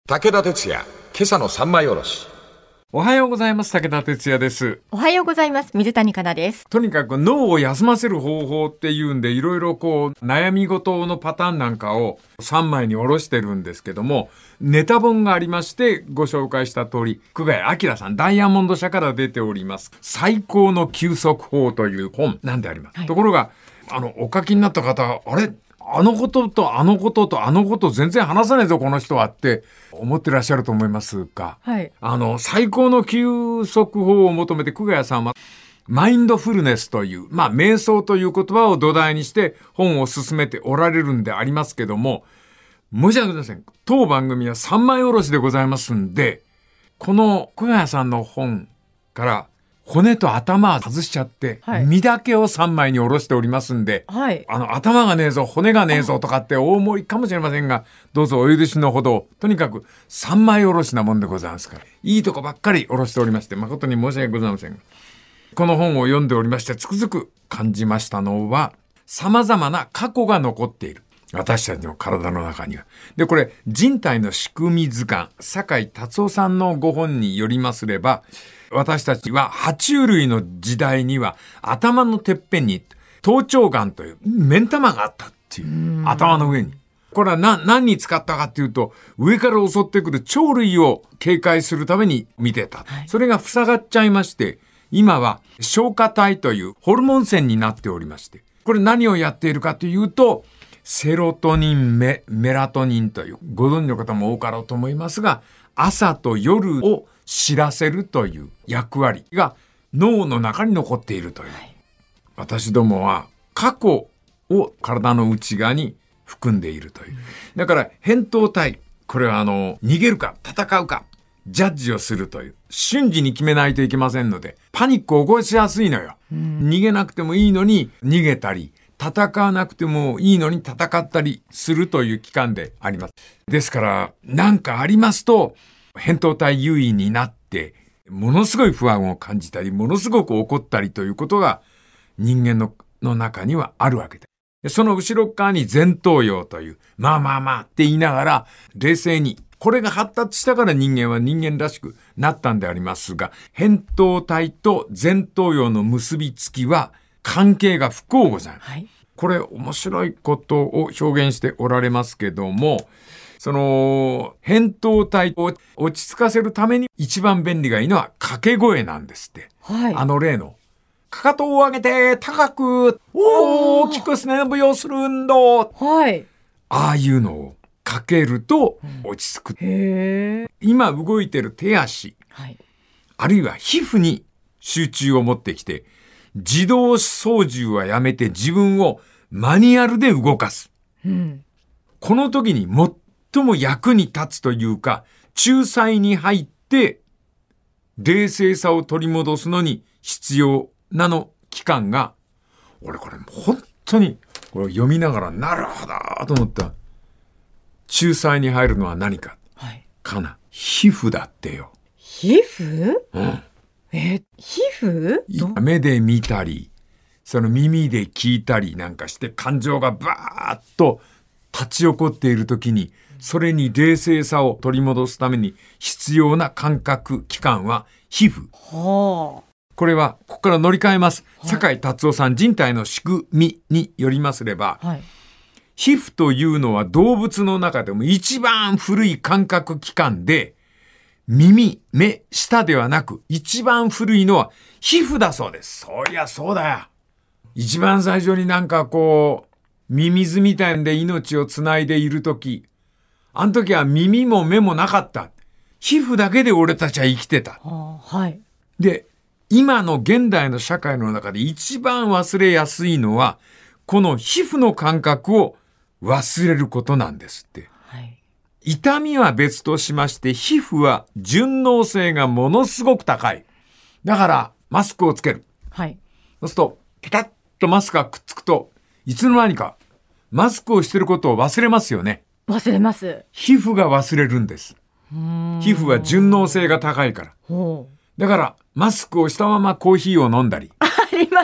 武田鉄矢、今朝の三枚おろし。 おはようございます。武田鉄矢です。 おはようございます。水谷香奈です。 とにかく脳を休ませる方法っていうんで、いろいろ悩み事のパターンなんかを3枚におろしてるんですけども、ネタ本がありましてご紹介した通り、久我谷明さん、ダイヤモンド社から出ております最高の休息法という本なんであります。ところがお書きになった方、あのこととあのこととあのこと全然話さないぞこの人はって思ってらっしゃると思いますが、最高の休息法を求めて久我谷さんはマインドフルネスという、瞑想という言葉を土台にして本を進めておられるんでありますけども、申し訳ございません。当番組は三枚おろしでございますんで、この久我谷さんの本から骨と頭は外しちゃって、身だけを3枚に下ろしておりますんで、頭がねえぞ、骨がねえぞとかって大思いかもしれませんが、どうぞお許しのほど、とにかく3枚下ろしなもんでございますから、いいとこばっかり下ろしておりまして、誠に申し訳ございません。この本を読んでおりまして、つくづく感じましたのは、様々な過去が残っている。私たちの体の中には。で、これ、人体の仕組み図鑑、酒井達夫さんのご本によりますれば、私たちは爬虫類の時代には頭のてっぺんに頭頂眼という目ん玉があったっていう、頭の上に。これは何に使ったかっていうと、上から襲ってくる鳥類を警戒するために見てた。それが塞がっちゃいまして、今は消化体というホルモン腺になっておりまして、これ何をやっているかというと、セロトニン、メラトニンという、ご存知の方も多かろうと思いますが、朝と夜を知らせるという役割が脳の中に残っているという。私どもは過去を体の内側に含んでいるという。だから扁桃体、これは逃げるか戦うかジャッジをするという。瞬時に決めないといけませんので、パニックを起こしやすいのよ。逃げなくてもいいのに逃げたり、戦わなくてもいいのに戦ったりするという期間であります。ですから、何かありますと、扁桃体優位になって、ものすごい不安を感じたり、ものすごく怒ったりということが人間の中にはあるわけで。その後ろ側に前頭葉という、まあって言いながら、冷静に、これが発達したから人間は人間らしくなったんでありますが、扁桃体と前頭葉の結びつきは、関係が不交互じゃん。これ面白いことを表現しておられますけども、その扁桃体を落ち着かせるために一番便利がいいのは掛け声なんですって。例のかかとを上げて高く大きくすねぶよする運動。ああいうのをかけると落ち着く。今動いてる手足、あるいは皮膚に集中を持ってきて、自動操縦はやめて自分をマニュアルで動かす。この時に最も役に立つというか、仲裁に入って冷静さを取り戻すのに必要な期間が、俺これ本当にこれ読みながらなるほどと思った。仲裁に入るのは何か、かな。皮膚だってよ。 皮膚？皮膚？ 目で見たり、その耳で聞いたりなんかして感情がバーッと立ち起こっているときに、それに冷静さを取り戻すために必要な感覚器官は皮膚。これはここから乗り換えます。酒井達夫さん、人体の仕組みによりますれば、皮膚というのは動物の中でも一番古い感覚器官で、耳、目、舌ではなく、一番古いのは皮膚だそうです。そりゃそうだよ。一番最初にミミズみたいんで命をつないでいるとき、あの時は耳も目もなかった。皮膚だけで俺たちは生きてた。で、今の現代の社会の中で一番忘れやすいのは、この皮膚の感覚を忘れることなんですって。痛みは別としまして、皮膚は順応性がものすごく高い。だから、マスクをつける。そうすると、ピタッとマスクがくっつくと、いつの間にか、マスクをしてることを忘れますよね。 忘れます。 皮膚が忘れるんです。皮膚は順応性が高いから。だから、マスクをしたままコーヒーを飲んだり。 あります。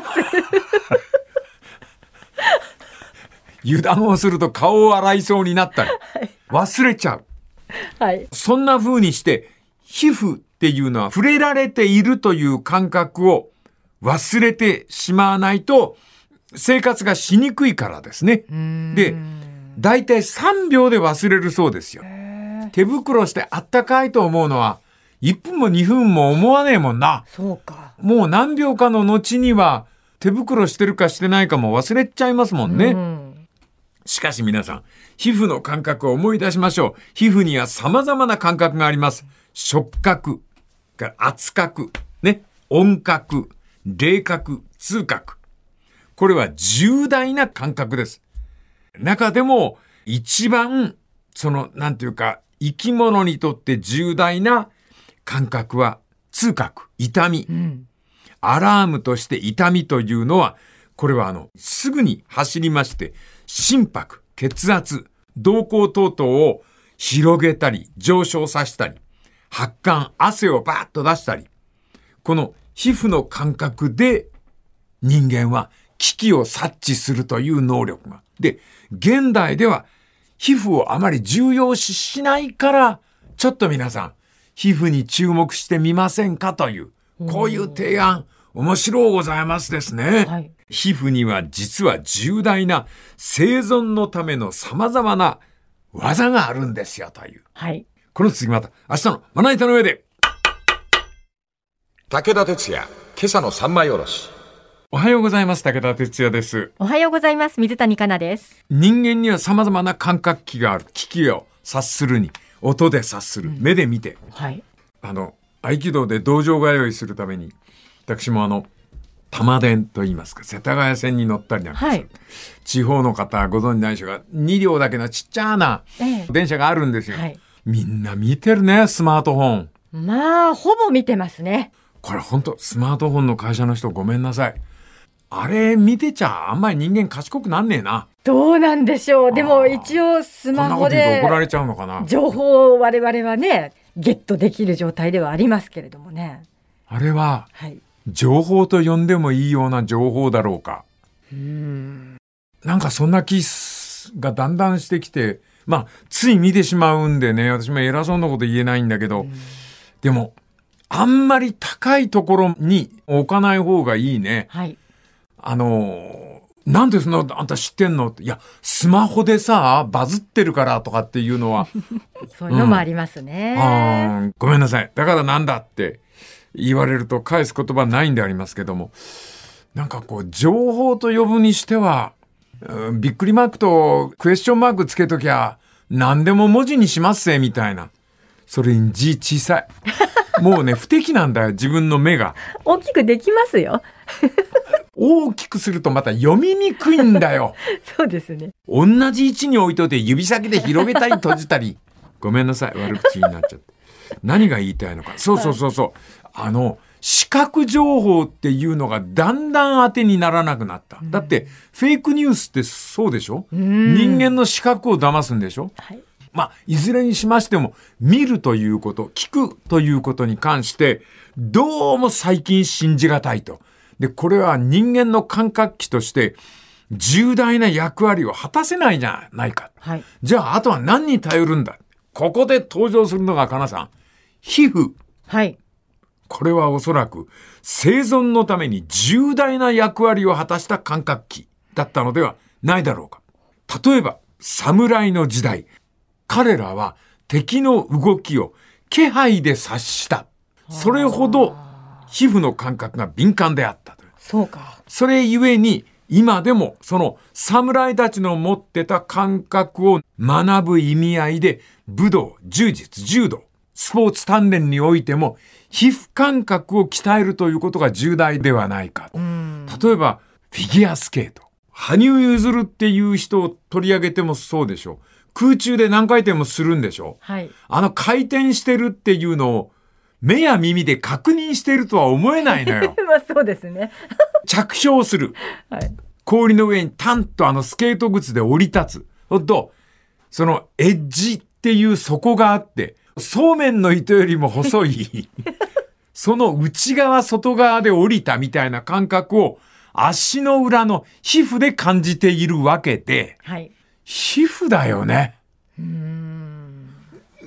油断をすると顔を洗いそうになったり、忘れちゃう。 はい。 そんな風にして、皮膚っていうのは触れられているという感覚を忘れてしまわないと、生活がしにくいからですね。で、だいたい3秒で忘れるそうですよ。手袋してあったかいと思うのは、1分も2分も思わねえもんな。 そうか。 もう何秒かの後には、手袋してるかしてないかも忘れちゃいますもんね。しかし皆さん、皮膚の感覚を思い出しましょう。皮膚には様々な感覚があります。触覚、圧覚、ね、音覚、冷覚、痛覚。これは重大な感覚です。中でも一番、なんていうか、生き物にとって重大な感覚は痛覚、痛み。アラームとして痛みというのは、これはすぐに走りまして、心拍、血圧、瞳孔等々を広げたり、上昇させたり、発汗、汗をバーッと出したり、この皮膚の感覚で人間は危機を察知するという能力が。で、現代では皮膚をあまり重要視しないから、ちょっと皆さん、皮膚に注目してみませんかという、こういう提案、面白うございますですね。はい、皮膚には実は重大な生存のための様々な技があるんですよという。 はい。 この次また明日のまな板の上で。 武田鉄矢、今朝の三枚おろし。 おはようございます。武田鉄矢です。 おはようございます。水谷香奈です。 人間には様々な感覚器がある。機器を察するに、音で察する、目で見て。 はい。 合気道で道場通いするために、私も玉電と言いますか、世田谷線に乗ったりなんかする。はい、地方の方ご存知ないでしょうが、2両だけのちっちゃな電車があるんですよ。はい、みんな見てるね、スマートフォン。 まあ、ほぼ見てますね。 これ本当スマートフォンの会社の人ごめんなさい。あれ見てちゃあんまり人間賢くなんねえな。 どうなんでしょう。でも一応スマホで。こんなこと言うと怒られちゃうのかな。 情報を我々はね、ゲットできる状態ではありますけれどもね。 あれは、情報と呼んでもいいような情報だろうか。なんかそんな気がだんだんしてきて、まあ、つい見てしまうんでね、私も偉そうなこと言えないんだけど、でも、あんまり高いところに置かない方がいいね。はい。なんでそんなあんた知ってんのって、いや、スマホでさ、バズってるからとかっていうのは。 そういうのもありますね。 ごめんなさい。だからなんだって言われると返す言葉ないんでありますけども、なんかこう、情報と呼ぶにしては、びっくりマークとクエスチョンマークつけときゃ、何でも文字にしますせ、みたいな。それに字小さい。もうね、不適なんだよ、自分の目が。 大きくできますよ。 大きくするとまた読みにくいんだよ。 そうですね。 同じ位置に置いといて指先で広げたり閉じたり。ごめんなさい、悪口になっちゃって。何が言いたいのか。そうそうそうそう。視覚情報っていうのがだんだん当てにならなくなった。だって、フェイクニュースってそうでしょ？人間の視覚を騙すんでしょ？はい。まあ、いずれにしましても、見るということ、聞くということに関して、どうも最近信じがたいと。で、これは人間の感覚器として、重大な役割を果たせないじゃないか。はい。じゃあ、あとは何に頼るんだ。ここで登場するのが、かなさん。皮膚。はい。これはおそらく、生存のために重大な役割を果たした感覚器だったのではないだろうか。例えば、侍の時代。彼らは敵の動きを気配で察した。それほど皮膚の感覚が敏感であったと。 そうか。 それゆえに今でもその侍たちの持ってた感覚を学ぶ意味合いで武道、柔術、柔道、スポーツ鍛錬においても皮膚感覚を鍛えるということが重大ではないか。例えばフィギュアスケート。羽生結弦っていう人を取り上げてもそうでしょう。空中で何回転もするんでしょ？はい。回転してるっていうのを目や耳で確認しているとは思えないのよ。 まあそうですね。 着氷する。はい。氷の上にタンとスケート靴で降り立つ。ほんと、そのエッジっていう底があって、そうめんの糸よりも細い、その内側外側で降りたみたいな感覚を足の裏の皮膚で感じているわけで、はい。皮膚だよね。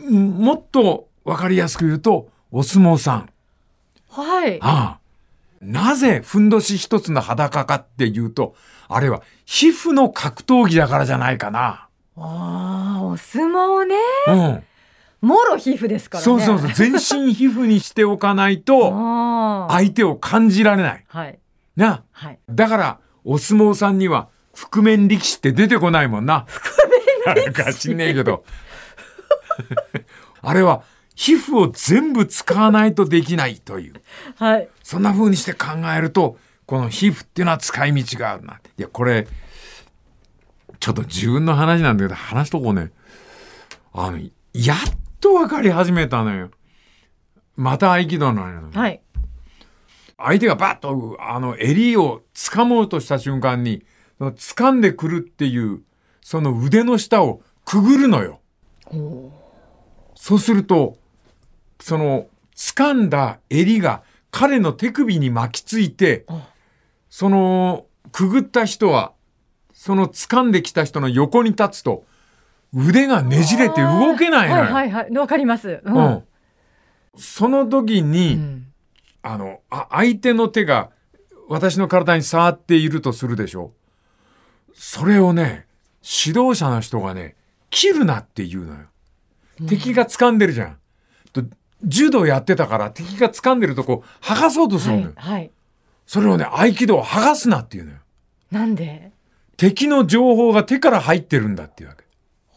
もっとわかりやすく言うと、お相撲さん。 はい。 なぜふんどし一つの裸かっていうと、あれは皮膚の格闘技だからじゃないかな。 お相撲ね。もろ皮膚ですからね。 そうそうそう。全身皮膚にしておかないと、相手を感じられない。 はい。 な。 はい。 だから、お相撲さんには、覆面力士って出てこないもんな。 覆面力士。 なんか知んねえけど。あれは、皮膚を全部使わないとできないという。 はい。 そんな風にして考えると、この皮膚っていうのは使い道があるな。いや、これ、ちょっと自分の話なんだけど、話しとこうね。やっと分かり始めたのよ。また合気道なのよ。 はい。 相手がバッと、襟を掴もうとした瞬間に、掴んでくるっていう、その腕の下をくぐるのよ。そうすると、その、掴んだ襟が彼の手首に巻きついて、その、くぐった人は、その掴んできた人の横に立つと、腕がねじれて動けないのよ。 はいはいはい。わかります。 その時に、相手の手が私の体に触っているとするでしょ。それをね、指導者の人がね、切るなって言うのよ。敵が掴んでるじゃん。柔道やってたから敵が掴んでるとこ剥がそうとするのよ。 はい。 それをね、合気道を剥がすなって言うのよ。 なんで？ 敵の情報が手から入ってるんだっていうわけ。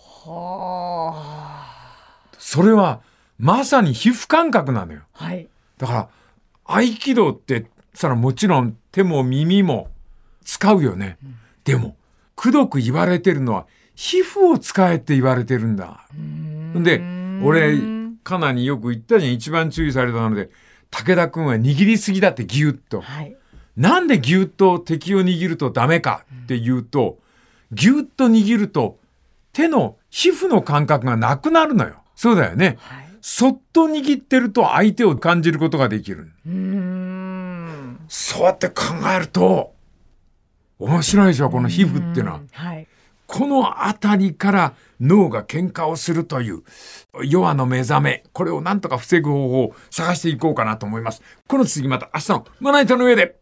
それはまさに皮膚感覚なのよ。 はい。 だから合気道ってもちろん手も耳も使うよね。でもくどく言われてるのは皮膚を使えって言われてるんだ。で、俺カナによく言ったじゃん。一番注意されたので、武田くんは握りすぎだってギュッと。 はい。 なんでギュッと敵を握るとダメかっていうと、ギュッと握ると手の皮膚の感覚がなくなるのよ。そうだよね。はい、そっと握ってると相手を感じることができる。そうやって考えると面白いでしょ、この皮膚っていうのは。 はい、 このあたりから脳が喧嘩をするというヨアの目覚め、これをなんとか防ぐ方法を探していこうかなと思います。この続きまた明日のまな板の上で。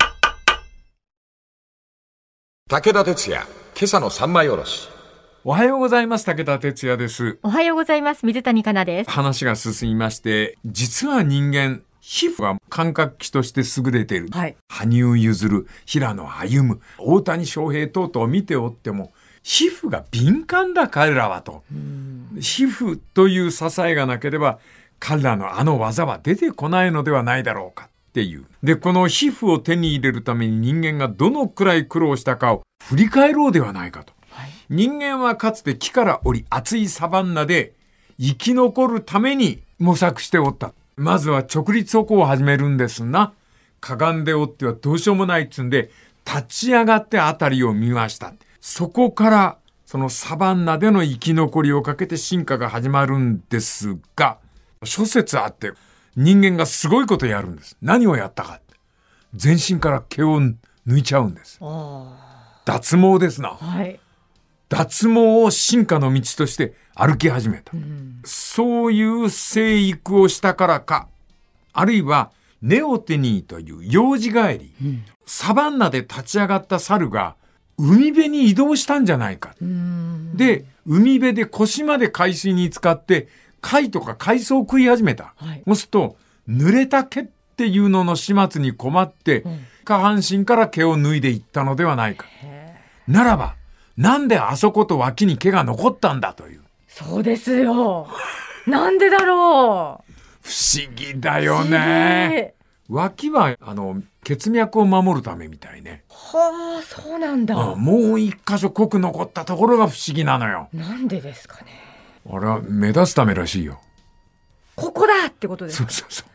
武田鉄矢、今朝の三枚おろし。 おはようございます。武田鉄矢です。 おはようございます。水谷香奈です。 話が進みまして、実は人間、皮膚は感覚器として優れている。 はい、 羽生結弦、平野歩夢、大谷翔平等々を見ておっても、皮膚が敏感だ彼らはと。皮膚という支えがなければ、彼らのあの技は出てこないのではないだろうかっていう。で、この皮膚を手に入れるために人間がどのくらい苦労したかを振り返ろうではないかと。はい、人間はかつて木から降り熱いサバンナで生き残るために模索しておった。まずは直立歩行を始めるんですな。かがんでおってはどうしようもないっつんで、立ち上がってあたりを見ました。そこからそのサバンナでの生き残りをかけて進化が始まるんですが、諸説あって人間がすごいことやるんです。何をやったか。全身から毛を抜いちゃうんです。脱毛ですな。はい、脱毛を進化の道として歩き始めた。そういう生育をしたからか、あるいはネオテニーという幼児帰り、サバンナで立ち上がった猿が海辺に移動したんじゃないか。で、海辺で腰まで海水に浸かって貝とか海藻を食い始めた。はい、そうすると濡れた毛っていうのの始末に困って、下半身から毛を脱いでいったのではないか。ならばなんであそこと脇に毛が残ったんだという。 そうですよ。なんでだろう。 不思議だよね。脇は血脈を守るためみたいね。 はあ、そうなんだ。 もう一箇所濃く残ったところが不思議なのよ。 なんでですかね。 あれは目立つためらしいよ。 ここだってことですか。 そうそうそう。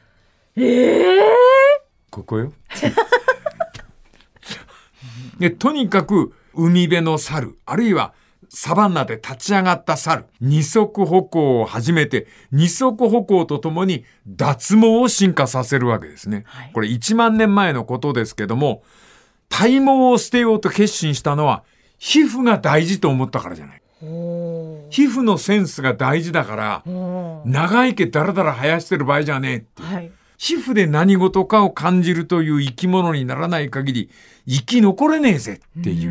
ここよ。で、とにかく海辺の猿、あるいはサバンナで立ち上がった猿、二足歩行を始めて、二足歩行とともに脱毛を進化させるわけですね。はい、これ1万年前のことですけども、体毛を捨てようと決心したのは皮膚が大事と思ったからじゃない。 皮膚のセンスが大事だから、長い毛だらだら生やしてる場合じゃねえって、はい、皮膚で何事かを感じるという生き物にならない限り生き残れねえぜっていう。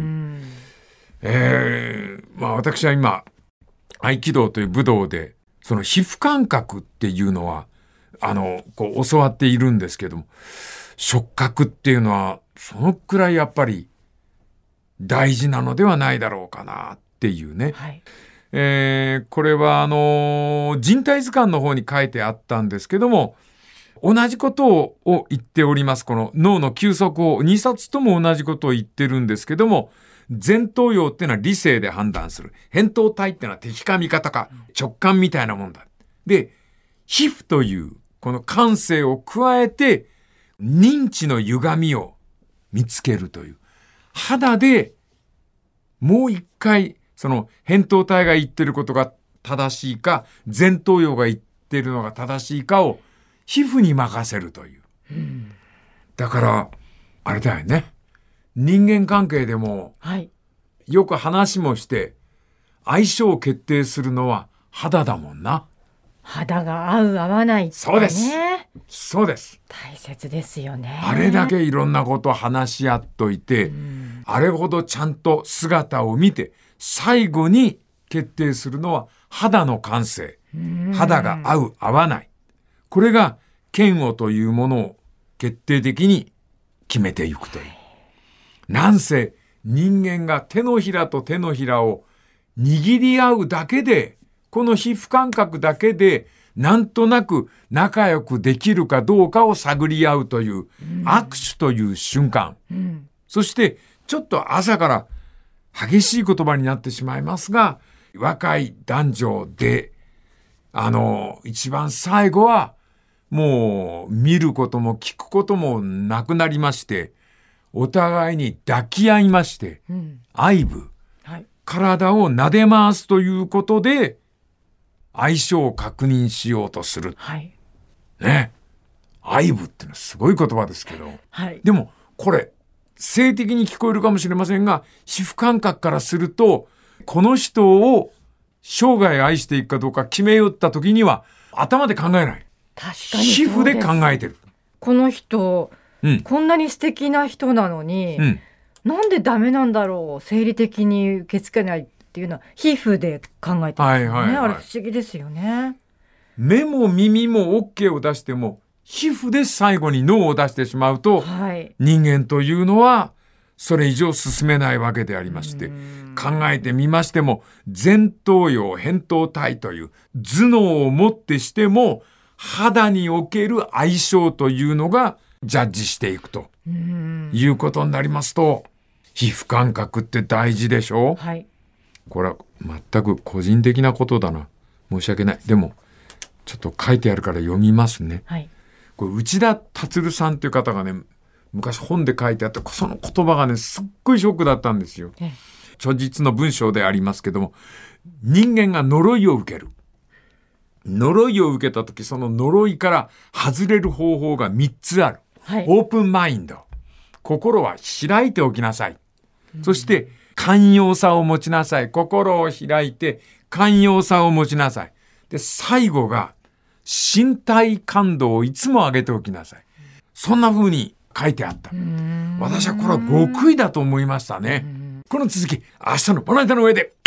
私は今合気道という武道でその皮膚感覚っていうのはこう教わっているんですけども、触覚っていうのはそのくらいやっぱり大事なのではないだろうかなっていうね。はい、これは人体図鑑の方に書いてあったんですけども、同じことを言っております。この脳の休息法、2冊とも同じことを言ってるんですけども、前頭葉っていうのは理性で判断する。扁桃体っていうのは敵か味方か直感みたいなもんだ。で、皮膚というこの感性を加えて認知の歪みを見つけるという。肌でもう一回その扁桃体が言ってることが正しいか、前頭葉が言ってるのが正しいかを皮膚に任せるという。だからあれだよね。人間関係でも、はい、よく話もして相性を決定するのは肌だもんな。 肌が合う合わないってね。 そうです。そうです。 大切ですよね。 あれだけいろんなことを話し合っといて、あれほどちゃんと姿を見て最後に決定するのは肌の感性。肌が合う合わない。これが嫌悪というものを決定的に決めていくという。なんせ人間が手のひらと手のひらを握り合うだけで、この皮膚感覚だけでなんとなく仲良くできるかどうかを探り合うという握手という瞬間、そしてちょっと朝から激しい言葉になってしまいますが、若い男女で一番最後はもう見ることも聞くこともなくなりまして、お互いに抱き合いまして、愛撫、はい、体を撫で回すということで相性を確認しようとする、はい、ね、愛撫ってのはすごい言葉ですけど、はい、でもこれ性的に聞こえるかもしれませんが、皮膚感覚からするとこの人を生涯愛していくかどうか決めよった時には頭で考えない。 確かに皮膚で考えてる。 この人、こんなに素敵な人なのに、なんでダメなんだろう、生理的に受け付けないっていうのは皮膚で考えてますよね、あれ不思議ですよね。 目も耳も OK を出しても皮膚で最後に脳を出してしまうと、人間というのはそれ以上進めないわけでありまして、考えてみましても前頭葉扁桃体という頭脳をもってしても肌における相性というのがジャッジしていくということになりますと、皮膚感覚って大事でしょ、はい、これは全く個人的なことだな、申し訳ない。でもちょっと書いてあるから読みますね、はい、これ内田達さんという方がね、昔本で書いてあって、その言葉がねすっごいショックだったんですよ。著実の文章でありますけども、人間が呪いを受ける。呪いを受けたとき、その呪いから外れる方法が3つある。はい、オープンマインド。心は開いておきなさい。そして寛容さを持ちなさい。心を開いて寛容さを持ちなさい。で、最後が身体感動をいつも上げておきなさい。そんな風に書いてあった。私はこれは極意だと思いましたね。この続き、明日のまな板の上で。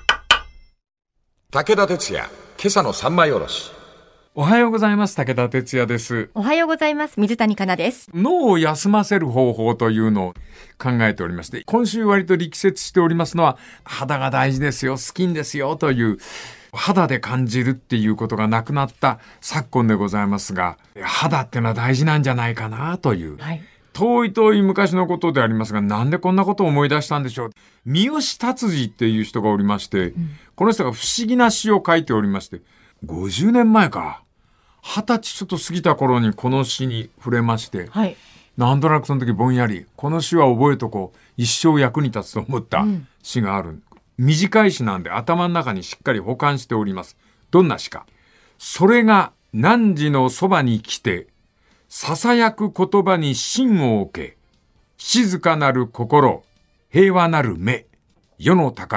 武田鉄矢、今朝の三枚おろし。 おはようございます。武田鉄矢です。 おはようございます。水谷香奈です。 脳を休ませる方法というのを考えておりまして、今週割と力説しておりますのは、肌が大事ですよ、スキンですよという、肌で感じるっていうことがなくなった昨今でございますが、肌ってのは大事なんじゃないかなという、はい、遠い昔のことでありますが、なんでこんなことを思い出したんでしょう。三好達治っていう人がおりまして、この人が不思議な詩を書いておりまして、50年前か、20歳ちょっと過ぎた頃にこの詩に触れまして、はい、なんとなくその時ぼんやり、この詩は覚えとこう、一生役に立つと思った詩がある。短い詩なんで頭の中にしっかり保管しております。どんな詩か。それが汝のそばに来て、囁く言葉に心を置け、静かなる心、平和なる目、世の宝、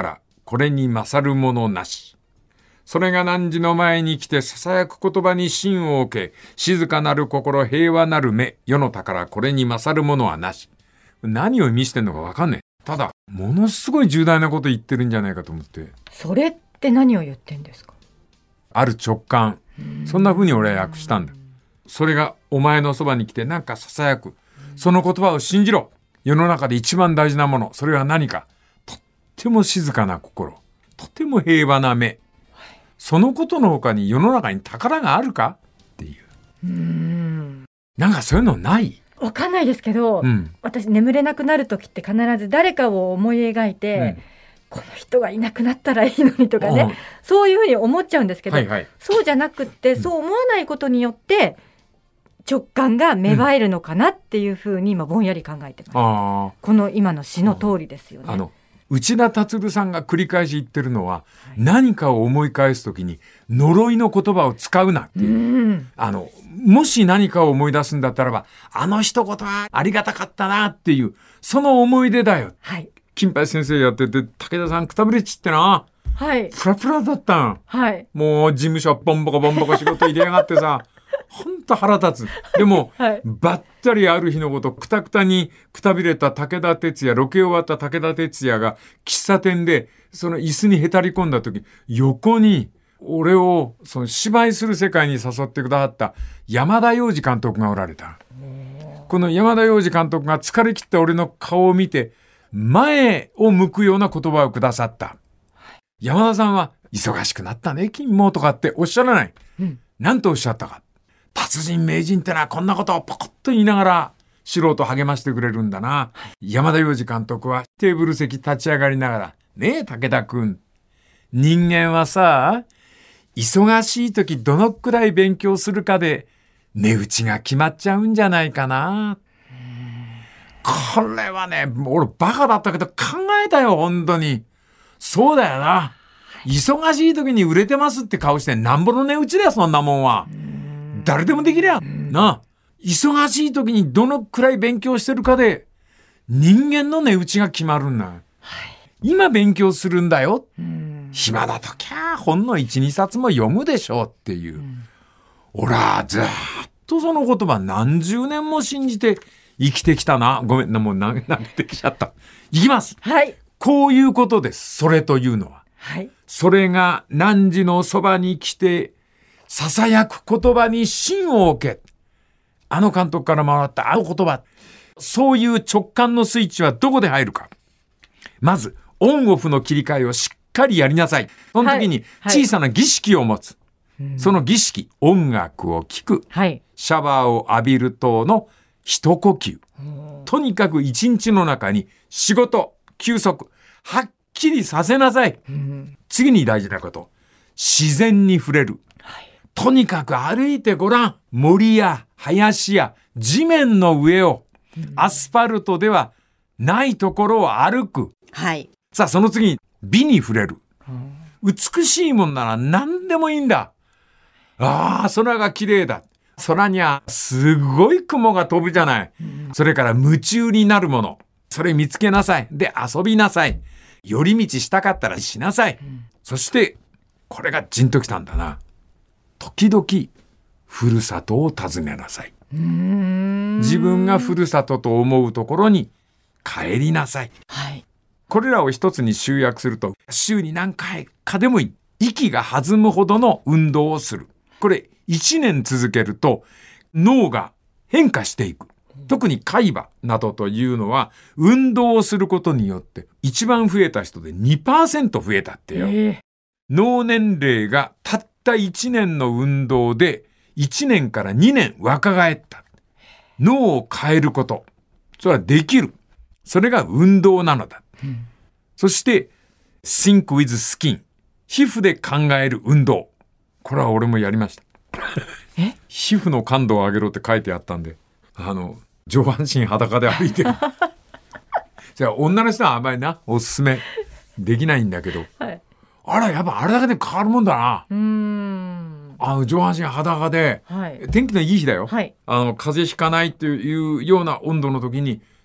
これに勝るものなし。それが汝の前に来て囁く言葉に心を置け、静かなる心、平和なる目、世の宝、これに勝るものはなし。何を意味してんのかわかんない。ただ、ものすごい重大なこと言ってるんじゃないかと思って。 それって何を言ってんですか？ ある直感。そんな風に俺は訳したんだ。それがお前のそばに来てなんか囁く。その言葉を信じろ。世の中で一番大事なもの。それは何か。とっても静かな心。とても平和な目。そのことの他に世の中に宝があるかっていう。なんかそういうのない？ わかんないですけど、私眠れなくなる時って必ず誰かを思い描いて、この人がいなくなったらいいのにとかね、そういうふうに思っちゃうんですけど、そうじゃなくって、そう思わないことによって直感が芽生えるのかなっていうふうに今ぼんやり考えてます。この今の詩の通りですよね。 内田達さんが繰り返し言ってるのは、何かを思い返すときに呪いの言葉を使うなっていう。もし何かを思い出すんだったらば、あの一言はありがたかったなっていう、その思い出だよ。金八先生やってて、武田さんくたびれちってな。プラプラだったん。もう事務所ボンボコボンボコ仕事入れやがってさ。ほんと腹立つ。でも、ばったりある日のこと、くたくたにくたびれた武田鉄矢、ロケ終わった武田鉄矢が喫茶店で、その椅子にへたり込んだ時、横に、俺をその芝居する世界に誘ってくださった山田洋次監督がおられた。この山田洋次監督が疲れ切った俺の顔を見て、前を向くような言葉をくださった。山田さんは、忙しくなったね、金もとかっておっしゃらない。なんとおっしゃったか。達人名人ってのはこんなことをポコッと言いながら素人励ましてくれるんだな。山田洋次監督はテーブル席立ち上がりながら、ねえ武田くん。人間はさ、忙しい時どのくらい勉強するかで値打ちが決まっちゃうんじゃないかな。これはね、俺バカだったけど考えたよ、本当に。そうだよな。忙しい時に売れてますって顔してなんぼの値打ちだよ、そんなもんは。誰でもできりゃな。忙しい時にどのくらい勉強してるかで人間の値打ちが決まるんだ。今勉強するんだよ。暇だときゃ本の 1,2 冊も読むでしょうっていう。俺はずっとその言葉何十年も信じて生きてきたな。ごめんな、もう投げてきちゃった。いきます。こういうことです。それというのは。それが汝のそばに来て囁く言葉に心を置け。あの監督から回ったあの言葉。そういう直感のスイッチはどこで入るか。まず、オンオフの切り替えをしっかりやりなさい。その時に小さな儀式を持つ。その儀式、音楽を聴く。シャワーを浴びる等の一呼吸。とにかく一日の中に仕事、休息、はっきりさせなさい。次に大事なこと。自然に触れる。とにかく歩いてごらん。森や林や地面の上を、アスファルトではないところを歩く。さあ、その次に美に触れる。美しいもんなら何でもいいんだ。ああ、空が綺麗だ。空にはすごい雲が飛ぶじゃない。それから夢中になるもの。それ見つけなさい。で、遊びなさい。寄り道したかったらしなさい。そして、これがジンときたんだな。時々、ふるさとを訪ねなさい。自分がふるさとと思うところに帰りなさい。これらを一つに集約すると、週に何回かでもいい。息が弾むほどの運動をする。これ、1年続けると、脳が変化していく。特に海馬などというのは、運動をすることによって、一番増えた人で 2% 増えたってよ。脳年齢がたった1年の運動で、1年から2年若返った。脳を変えること。それはできる。それが運動なのだ。そして、think with skin。皮膚で考える運動。これは俺もやりました。皮膚の感度を上げろって書いてあったんで、上半身裸で歩いてる。じゃあ、女の人はあんまりな、おすすめできないんだけど。あら、やっぱあれだけで変わるもんだな。上半身裸で、天気のいい日だよ。風邪ひかないっていうような温度の時に、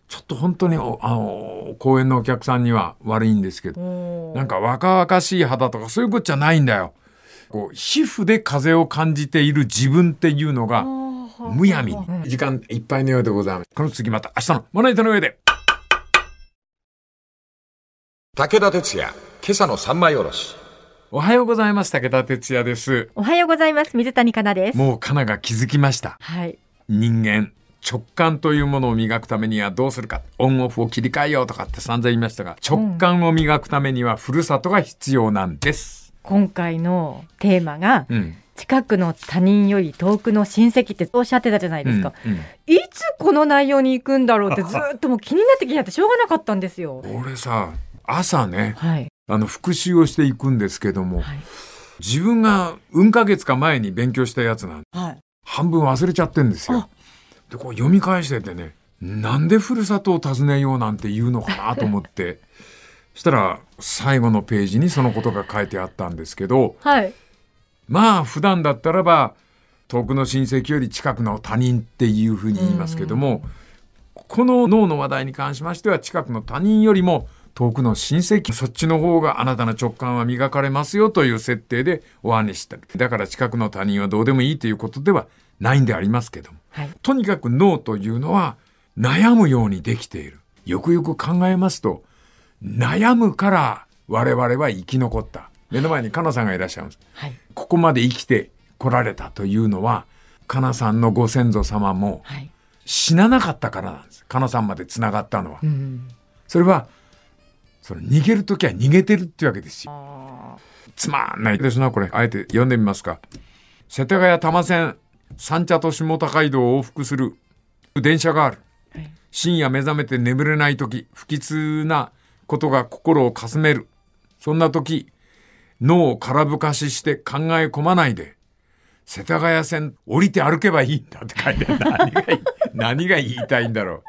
ちょっと本当に公園のお客さんには悪いんですけど、なんか若々しい肌とかそういうことじゃないんだよ。こう皮膚で風を感じている自分っていうのがむやみに。時間いっぱいのようでございます。この次また明日のまな板の上で。 武田鉄矢、今朝の三枚おろし。 おはようございます。武田鉄矢です。 おはようございます。水谷香奈です。 もう香奈が気づきました。 はい。 人間直感というものを磨くためにはどうするか、オンオフを切り替えようとかって散々言いましたが、直感を磨くためにはふるさとが必要なんです。 今回のテーマが、近くの他人より遠くの親戚っておっしゃってたじゃないですか、いつこの内容に行くんだろうってずっともう気になってしょうがなかったんですよ。 俺さ、朝ね、復習をしていくんですけども、自分がうんか月か前に勉強したやつなんで、半分忘れちゃってんですよ。でこう読み返しててね、なんでふるさとを訪ねようなんて言うのかなと思ってそしたら最後のページにそのことが書いてあったんですけど、まあ普段だったらば遠くの親戚より近くの他人っていうふうに言いますけども、この脳の話題に関しましては近くの他人よりも遠くの親戚、そっちの方があなたの直感は磨かれますよという設定でお話ししてる。だから近くの他人はどうでもいいということではないんでありますけども、とにかく脳というのは悩むようにできている。よくよく考えますと、悩むから我々は生き残った。目の前に香奈さんがいらっしゃいます、ここまで生きてこられたというのは香奈さんのご先祖様も死ななかったからなんです。香奈さんまでつながったのは、それはその逃げるときは逃げてるってわけですよ。つまんないですなこれ。あえて読んでみますか。世田谷多摩線三茶と下高井戸を往復する電車がある。深夜目覚めて眠れないとき、不吉なことが心をかすめる。そんなとき、脳を空ぶかしして考え込まないで、世田谷線降りて歩けばいいんだって書いてある。何が言いたいんだろう。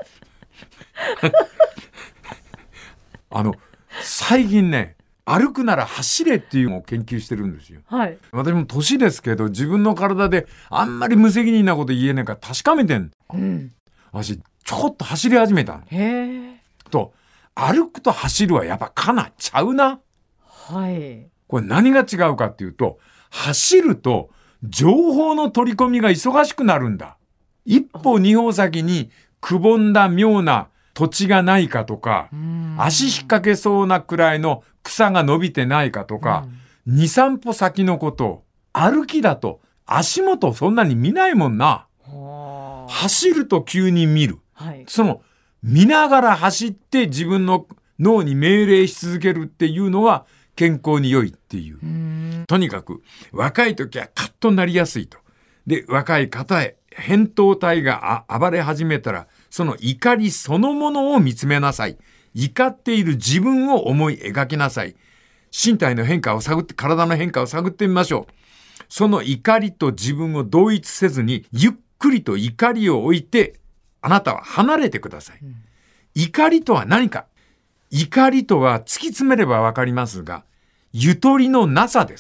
最近ね、歩くなら走れっていうのを研究してるんですよ。私も年ですけど、自分の体であんまり無責任なこと言えないから確かめてん。私、ちょこっと走り始めたの。と、歩くと走るはやっぱかなちゃうな。これ何が違うかっていうと、走ると情報の取り込みが忙しくなるんだ。一歩二歩先にくぼんだ妙な土地がないかとか、足引っ掛けそうなくらいの草が伸びてないかとか、2、3歩先のことを歩きだと足元そんなに見ないもんな。走ると急に見る。その見ながら走って自分の脳に命令し続けるっていうのは健康に良いっていう。とにかく若い時はカッとなりやすいと。で、若い方へ扁桃体が暴れ始めたら、その怒りそのものを見つめなさい。怒っている自分を思い描きなさい。身体の変化を探って、体の変化を探ってみましょう。その怒りと自分を同一せずに、ゆっくりと怒りを置いて、あなたは離れてください。怒りとは何か。怒りとは突き詰めればわかりますが、ゆとりのなさです。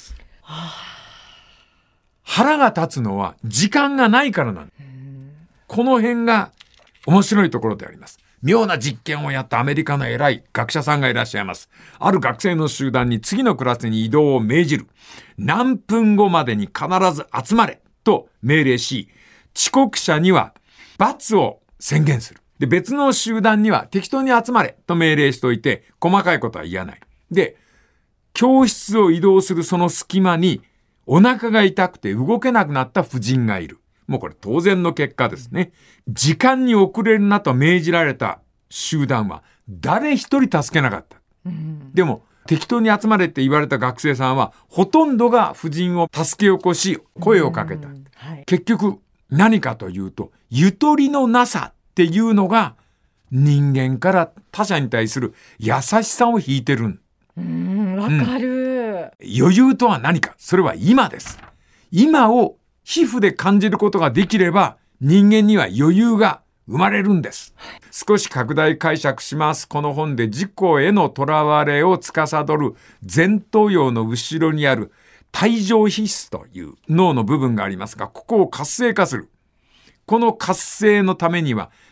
腹が立つのは時間がないからなんです。この辺が面白いところであります。妙な実験をやったアメリカの偉い学者さんがいらっしゃいます。ある学生の集団に次のクラスに移動を命じる。何分後までに必ず集まれと命令し、遅刻者には罰を宣言する。で、別の集団には適当に集まれと命令しておいて、細かいことは言わない。で、教室を移動するその隙間に、お腹が痛くて動けなくなった婦人がいる。もうこれ当然の結果ですね。時間に遅れるなと命じられた集団は誰一人助けなかった。でも適当に集まれって言われた学生さんはほとんどが婦人を助け起こし声をかけた。結局何かというと、ゆとりのなさっていうのが人間から他者に対する優しさを引いてる。 わかる。 余裕とは何か。それは今です。今を皮膚で感じることができれば人間には余裕が生まれるんです。少し拡大解釈します。この本で自己へのとらわれを司る前頭葉の後ろにある帯状皮質という脳の部分がありますが、ここを活性化する。この活性のためには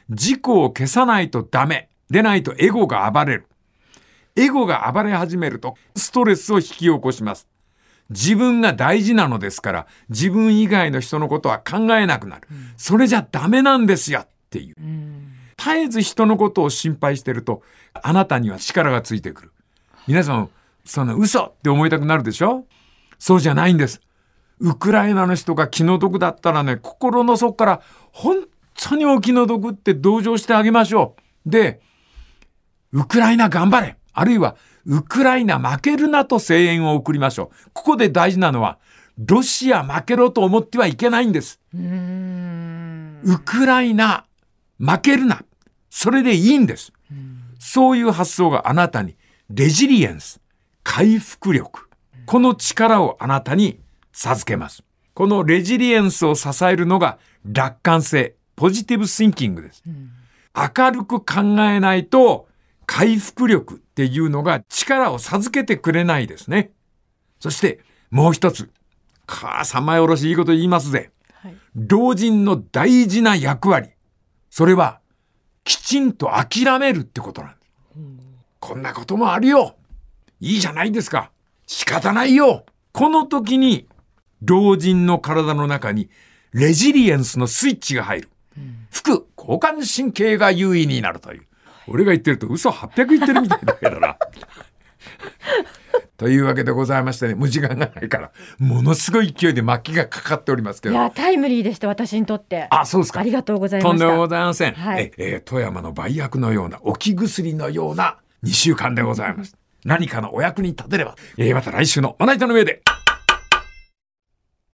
自己を消さないとダメ。でないとエゴが暴れる。エゴが暴れ始めるとストレスを引き起こします。自分が大事なのですから、自分以外の人のことは考えなくなる。それじゃダメなんですよっていう。絶えず人のことを心配してると、あなたには力がついてくる。皆さん、その嘘って思いたくなるでしょ？そうじゃないんです。ウクライナの人が気の毒だったらね、心の底から本当にお気の毒って同情してあげましょう。で、ウクライナ頑張れ。あるいは、ウクライナ負けるなと声援を送りましょう。ここで大事なのは、ロシア負けろと思ってはいけないんです。ウクライナ負けるな。それでいいんです。そういう発想があなたに、レジリエンス、回復力。この力をあなたに授けます。このレジリエンスを支えるのが楽観性、ポジティブシンキングです。明るく考えないと回復力っていうのが力を授けてくれないですね。そしてもう一つ。三枚おろしいいこと言いますぜ。はい、老人の大事な役割。それはきちんと諦めるってことなんです。こんなこともあるよ。いいじゃないですか。仕方ないよ。この時に老人の体の中にレジリエンスのスイッチが入る。副交感神経が優位になるという。俺が言ってると嘘800言ってるみたいだけどな。というわけでございましてね、もう時間がないからものすごい勢いで巻きがかかっておりますけど。 いやタイムリーでした私にとって。 あ、そうですか。 ありがとうございました。 とんでもございません。 はい、 富山の売薬のような置き薬のような2週間でございます。何かのお役に立てれば、また来週のまな板の上で